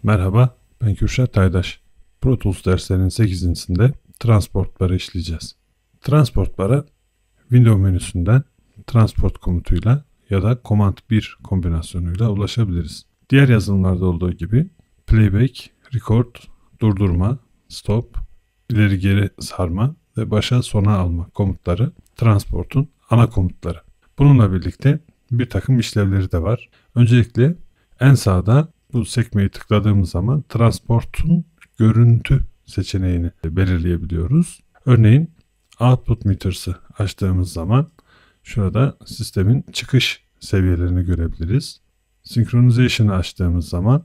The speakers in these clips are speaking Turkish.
Merhaba, ben Kürşat Aydaş. Pro Tools derslerinin 8.sinde transport barı işleyeceğiz. Transport bara Windows menüsünden transport komutuyla ya da Command 1 kombinasyonuyla ulaşabiliriz. Diğer yazılımlarda olduğu gibi playback, record, durdurma, stop, ileri geri sarma ve başa sona alma komutları transportun ana komutları. Bununla birlikte bir takım işlevleri de var. Öncelikle en sağda bu sekmeyi tıkladığımız zaman transportun görüntü seçeneğini belirleyebiliyoruz. Örneğin output meters'ı açtığımız zaman şurada sistemin çıkış seviyelerini görebiliriz. Synchronization'ı açtığımız zaman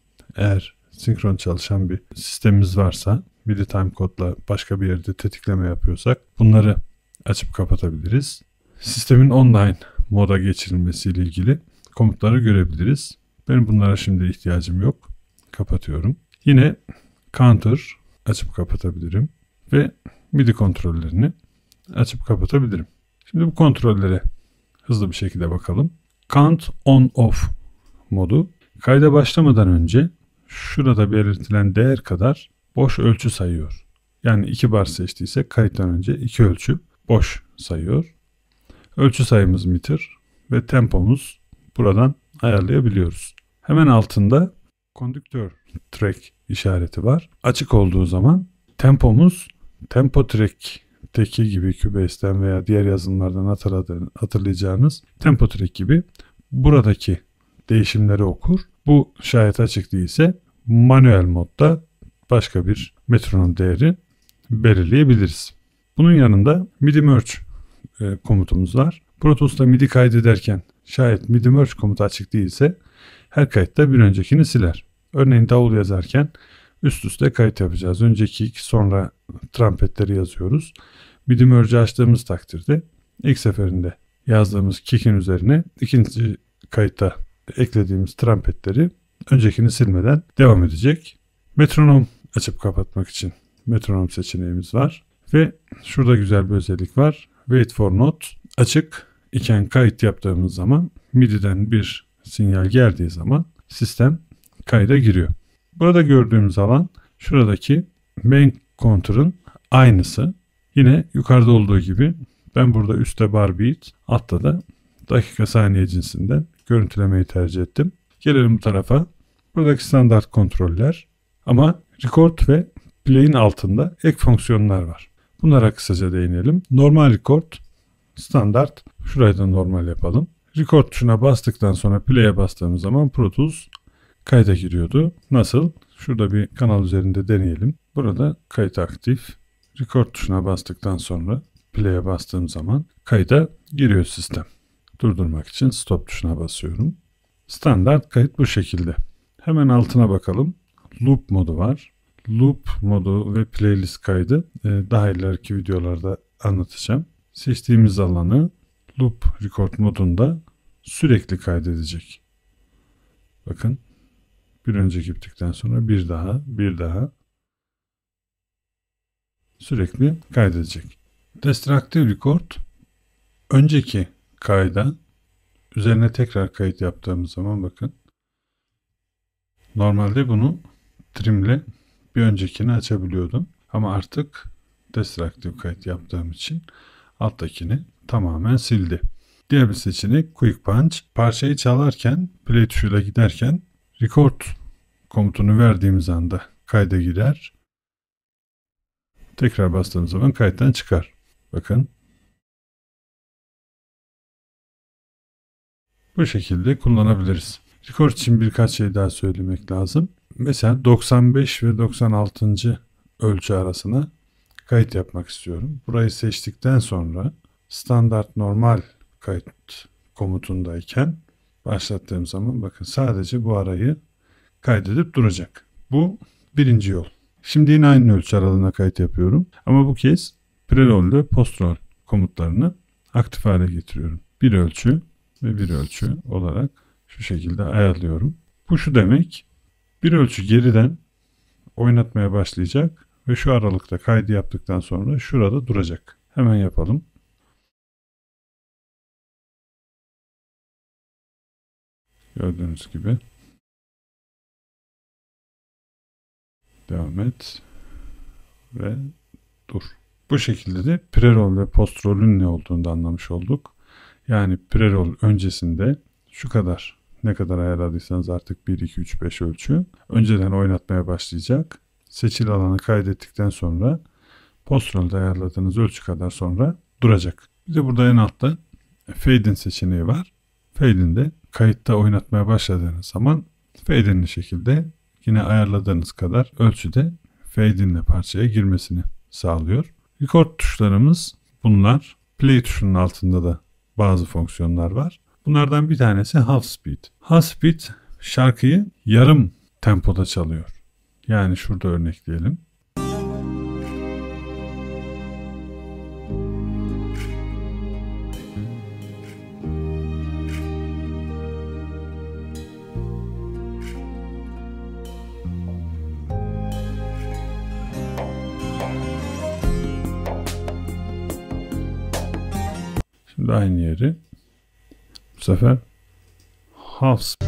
eğer sinkron çalışan bir sistemimiz varsa MIDI timecode'la başka bir yerde tetikleme yapıyorsak bunları açıp kapatabiliriz. Sistemin online moda geçirilmesiyle ilgili komutları görebiliriz. Benim bunlara şimdi ihtiyacım yok. Kapatıyorum. Yine counter açıp kapatabilirim ve MIDI kontrollerini açıp kapatabilirim. Şimdi bu kontrollere hızlı bir şekilde bakalım. Count on off modu kayda başlamadan önce şurada belirtilen değer kadar boş ölçü sayıyor. Yani 2 bar seçtiyse kayıttan önce 2 ölçü boş sayıyor. Ölçü sayımız meter ve tempomuz buradan ayarlayabiliyoruz. Hemen altında kondüktör track işareti var. Açık olduğu zaman tempomuz tempo track'teki gibi Cubase'den veya diğer yazılımlardan hatırlayacağınız tempo track gibi buradaki değişimleri okur. Bu şayet açık değilse manuel modda başka bir metronom değeri belirleyebiliriz. Bunun yanında MIDI merge komutumuz var. Pro Tools'ta MIDI kaydederken şayet MIDI merge komutu açık değilse her kayıtta bir öncekini siler. Örneğin davul yazarken üst üste kayıt yapacağız. Önceki kick sonra trumpetleri yazıyoruz. MIDI merge'i açtığımız takdirde ilk seferinde yazdığımız kick'in üzerine ikinci kayıtta eklediğimiz trumpetleri öncekini silmeden devam edecek. Metronom açıp kapatmak için metronom seçeneğimiz var. Ve şurada güzel bir özellik var. Wait for note açık iken kayıt yaptığımız zaman MIDI'den bir sinyal geldiği zaman sistem kayda giriyor. Burada gördüğümüz alan şuradaki main counter'ın aynısı. Yine yukarıda olduğu gibi ben burada üstte bar beat, altta da dakika saniye cinsinden görüntülemeyi tercih ettim. Gelelim bu tarafa. Buradaki standart kontroller ama record ve play'in altında ek fonksiyonlar var. Bunlara kısaca değinelim. Normal record, standart. Şurayı da normal yapalım. Record tuşuna bastıktan sonra play'e bastığımız zaman Pro Tools kayda giriyordu. Nasıl? Şurada bir kanal üzerinde deneyelim. Burada kayıt aktif. Record tuşuna bastıktan sonra play'e bastığım zaman kayda giriyor sistem. Durdurmak için stop tuşuna basıyorum. Standart kayıt bu şekilde. Hemen altına bakalım. Loop modu var. Loop modu ve playlist kaydı daha ileriki videolarda anlatacağım. Seçtiğimiz alanı loop record modunda sürekli kaydedecek. Bakın bir önceki bittikten sonra bir daha sürekli kaydedecek. Destructive record önceki kayda üzerine tekrar kayıt yaptığımız zaman bakın normalde bunu trimle bir öncekini açabiliyordum. Ama artık destructive kayıt yaptığım için alttakini tamamen sildi. Diğer bir seçenek Quick Punch. Parçayı çalarken play tuşuyla giderken record komutunu verdiğimiz anda kayda girer. Tekrar bastığımız zaman kayıttan çıkar. Bakın. Bu şekilde kullanabiliriz. Record için birkaç şey daha söylemek lazım. Mesela 95 ve 96. ölçü arasına kayıt yapmak istiyorum. Burayı seçtikten sonra standart normal kayıt komutundayken başlattığım zaman bakın sadece bu arayı kaydedip duracak. Bu birinci yol. Şimdi yine aynı ölçü aralığına kayıt yapıyorum. Ama bu kez pre-roll ve post-roll komutlarını aktif hale getiriyorum. Bir ölçü ve bir ölçü olarak şu şekilde ayarlıyorum. Bu şu demek, bir ölçü geriden oynatmaya başlayacak ve şu aralıkta kaydı yaptıktan sonra şurada duracak. Hemen yapalım. Gördüğünüz gibi. Devam et. Ve dur. Bu şekilde de pre-roll ve post-roll'ün ne olduğunu da anlamış olduk. Yani pre-roll öncesinde şu kadar, ne kadar ayarladıysanız artık 1, 2, 3, 5 ölçü önceden oynatmaya başlayacak. Seçili alanı kaydettikten sonra post-roll'da ayarladığınız ölçü kadar sonra duracak. Bir de burada en altta fade-in seçeneği var. Fade-in'de kayıtta oynatmaya başladığınız zaman fade-in'li şekilde yine ayarladığınız kadar ölçüde fade-in'le parçaya girmesini sağlıyor. Record tuşlarımız bunlar. Play tuşunun altında da bazı fonksiyonlar var. Bunlardan bir tanesi half speed. Half speed şarkıyı yarım tempoda çalıyor. Yani şurada örnekleyelim. Şimdi aynı yeri bu sefer half speed.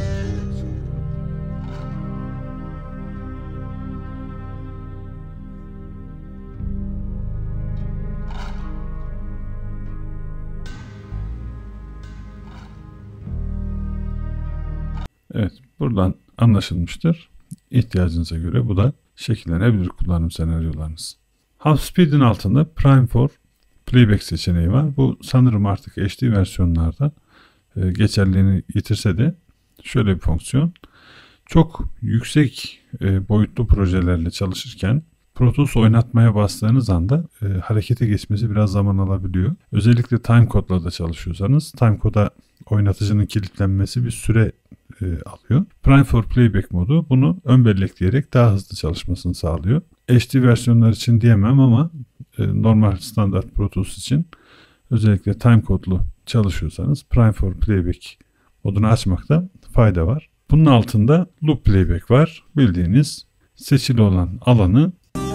Evet, buradan anlaşılmıştır. İhtiyacınıza göre bu da şekillenebilir kullanım senaryolarınız. Half Speed'in altında Prime for Playback seçeneği var. Bu sanırım artık HD versiyonlarda geçerliliğini yitirse de şöyle bir fonksiyon. Çok yüksek boyutlu projelerle çalışırken Pro Tools oynatmaya bastığınız anda harekete geçmesi biraz zaman alabiliyor. Özellikle timecode'la da çalışıyorsanız timecode'a oynatıcının kilitlenmesi bir süre alıyor. Prime for Playback modu bunu ön bellekleyerek daha hızlı çalışmasını sağlıyor. HD versiyonlar için diyemem ama normal standart Pro Tools için özellikle timecode'lu çalışıyorsanız Prime for Playback modunu açmakta fayda var. Bunun altında Loop Playback var. Bildiğiniz seçili olan alanı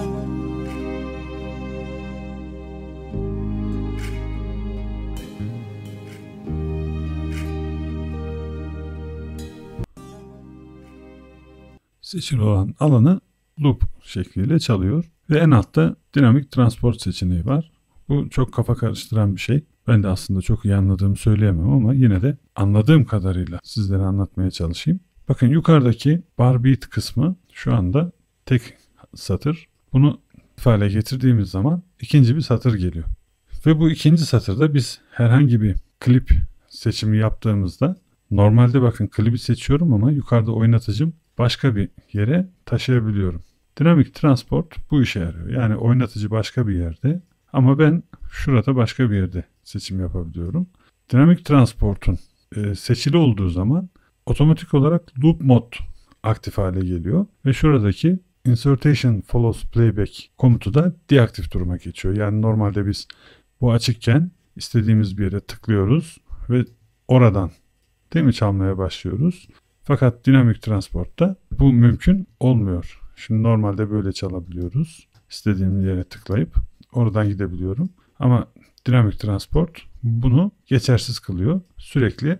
loop şekliyle çalıyor. Ve en altta dinamik transport seçeneği var. Bu çok kafa karıştıran bir şey. Ben de aslında çok iyi anladığımı söyleyemem ama yine de anladığım kadarıyla sizlere anlatmaya çalışayım. Bakın yukarıdaki bar beat kısmı şu anda tek satır. Bunu hale getirdiğimiz zaman ikinci bir satır geliyor. Ve bu ikinci satırda biz herhangi bir klip seçimi yaptığımızda normalde bakın klibi seçiyorum ama yukarıda oynatıcım başka bir yere taşıyabiliyorum. Dinamik transport bu işe yarıyor. Yani oynatıcı başka bir yerde ama ben şurada başka bir yerde seçim yapabiliyorum. Dinamik transportun seçili olduğu zaman otomatik olarak loop mod aktif hale geliyor ve şuradaki insertion follows playback komutu da deaktif duruma geçiyor. Yani normalde biz bu açıkken istediğimiz bir yere tıklıyoruz ve oradan değil mi çalmaya başlıyoruz. Fakat dinamik transportta bu mümkün olmuyor. Şimdi normalde böyle çalabiliyoruz. İstediğim yere tıklayıp oradan gidebiliyorum. Ama dinamik transport bunu geçersiz kılıyor. Sürekli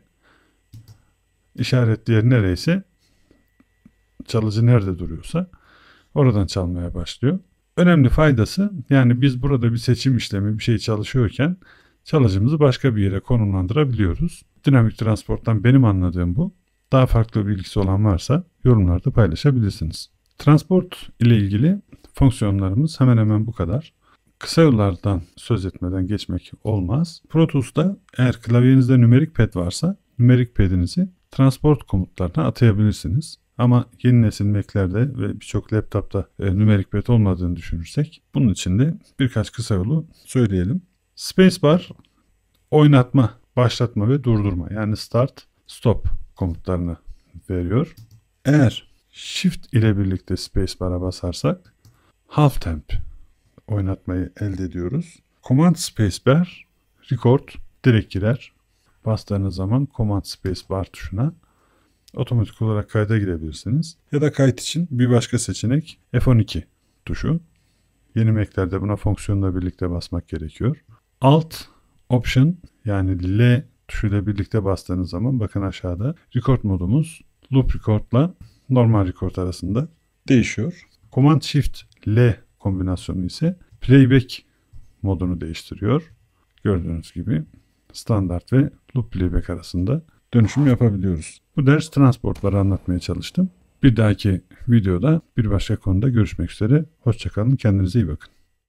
işaretli yer nereyse, çalıcı nerede duruyorsa oradan çalmaya başlıyor. Önemli faydası, yani biz burada bir seçim işlemi, bir şey çalışıyorken çalıcımızı başka bir yere konumlandırabiliyoruz. Dinamik transporttan benim anladığım bu. Daha farklı bilgisi olan varsa yorumlarda paylaşabilirsiniz. Transport ile ilgili fonksiyonlarımız hemen hemen bu kadar. Kısa yollardan söz etmeden geçmek olmaz. Pro Tools'ta eğer klavyenizde numerik pad varsa numerik pad'inizi transport komutlarına atayabilirsiniz. Ama yeni nesil Mac'lerde ve birçok laptopta numerik pad olmadığını düşünürsek bunun için de birkaç kısa yolu söyleyelim. Spacebar oynatma, başlatma ve durdurma, yani start, stop komutlarını veriyor. Eğer Shift ile birlikte Spacebar'a basarsak half temp oynatmayı elde ediyoruz. Command Spacebar record direkt girer. Bastığınız zaman Command Spacebar tuşuna otomatik olarak kayda girebilirsiniz. Ya da kayıt için bir başka seçenek F12 tuşu. Yeni Mac'lerde buna fonksiyonla birlikte basmak gerekiyor. Alt Option yani L tuşuyla birlikte bastığınız zaman bakın aşağıda record modumuz loop record'la normal record arasında değişiyor. Command Shift L kombinasyonu ise playback modunu değiştiriyor. Gördüğünüz gibi standart ve loop playback arasında dönüşüm yapabiliyoruz. Bu ders transportları anlatmaya çalıştım. Bir dahaki videoda bir başka konuda görüşmek üzere. Hoşça kalın, kendinize iyi bakın.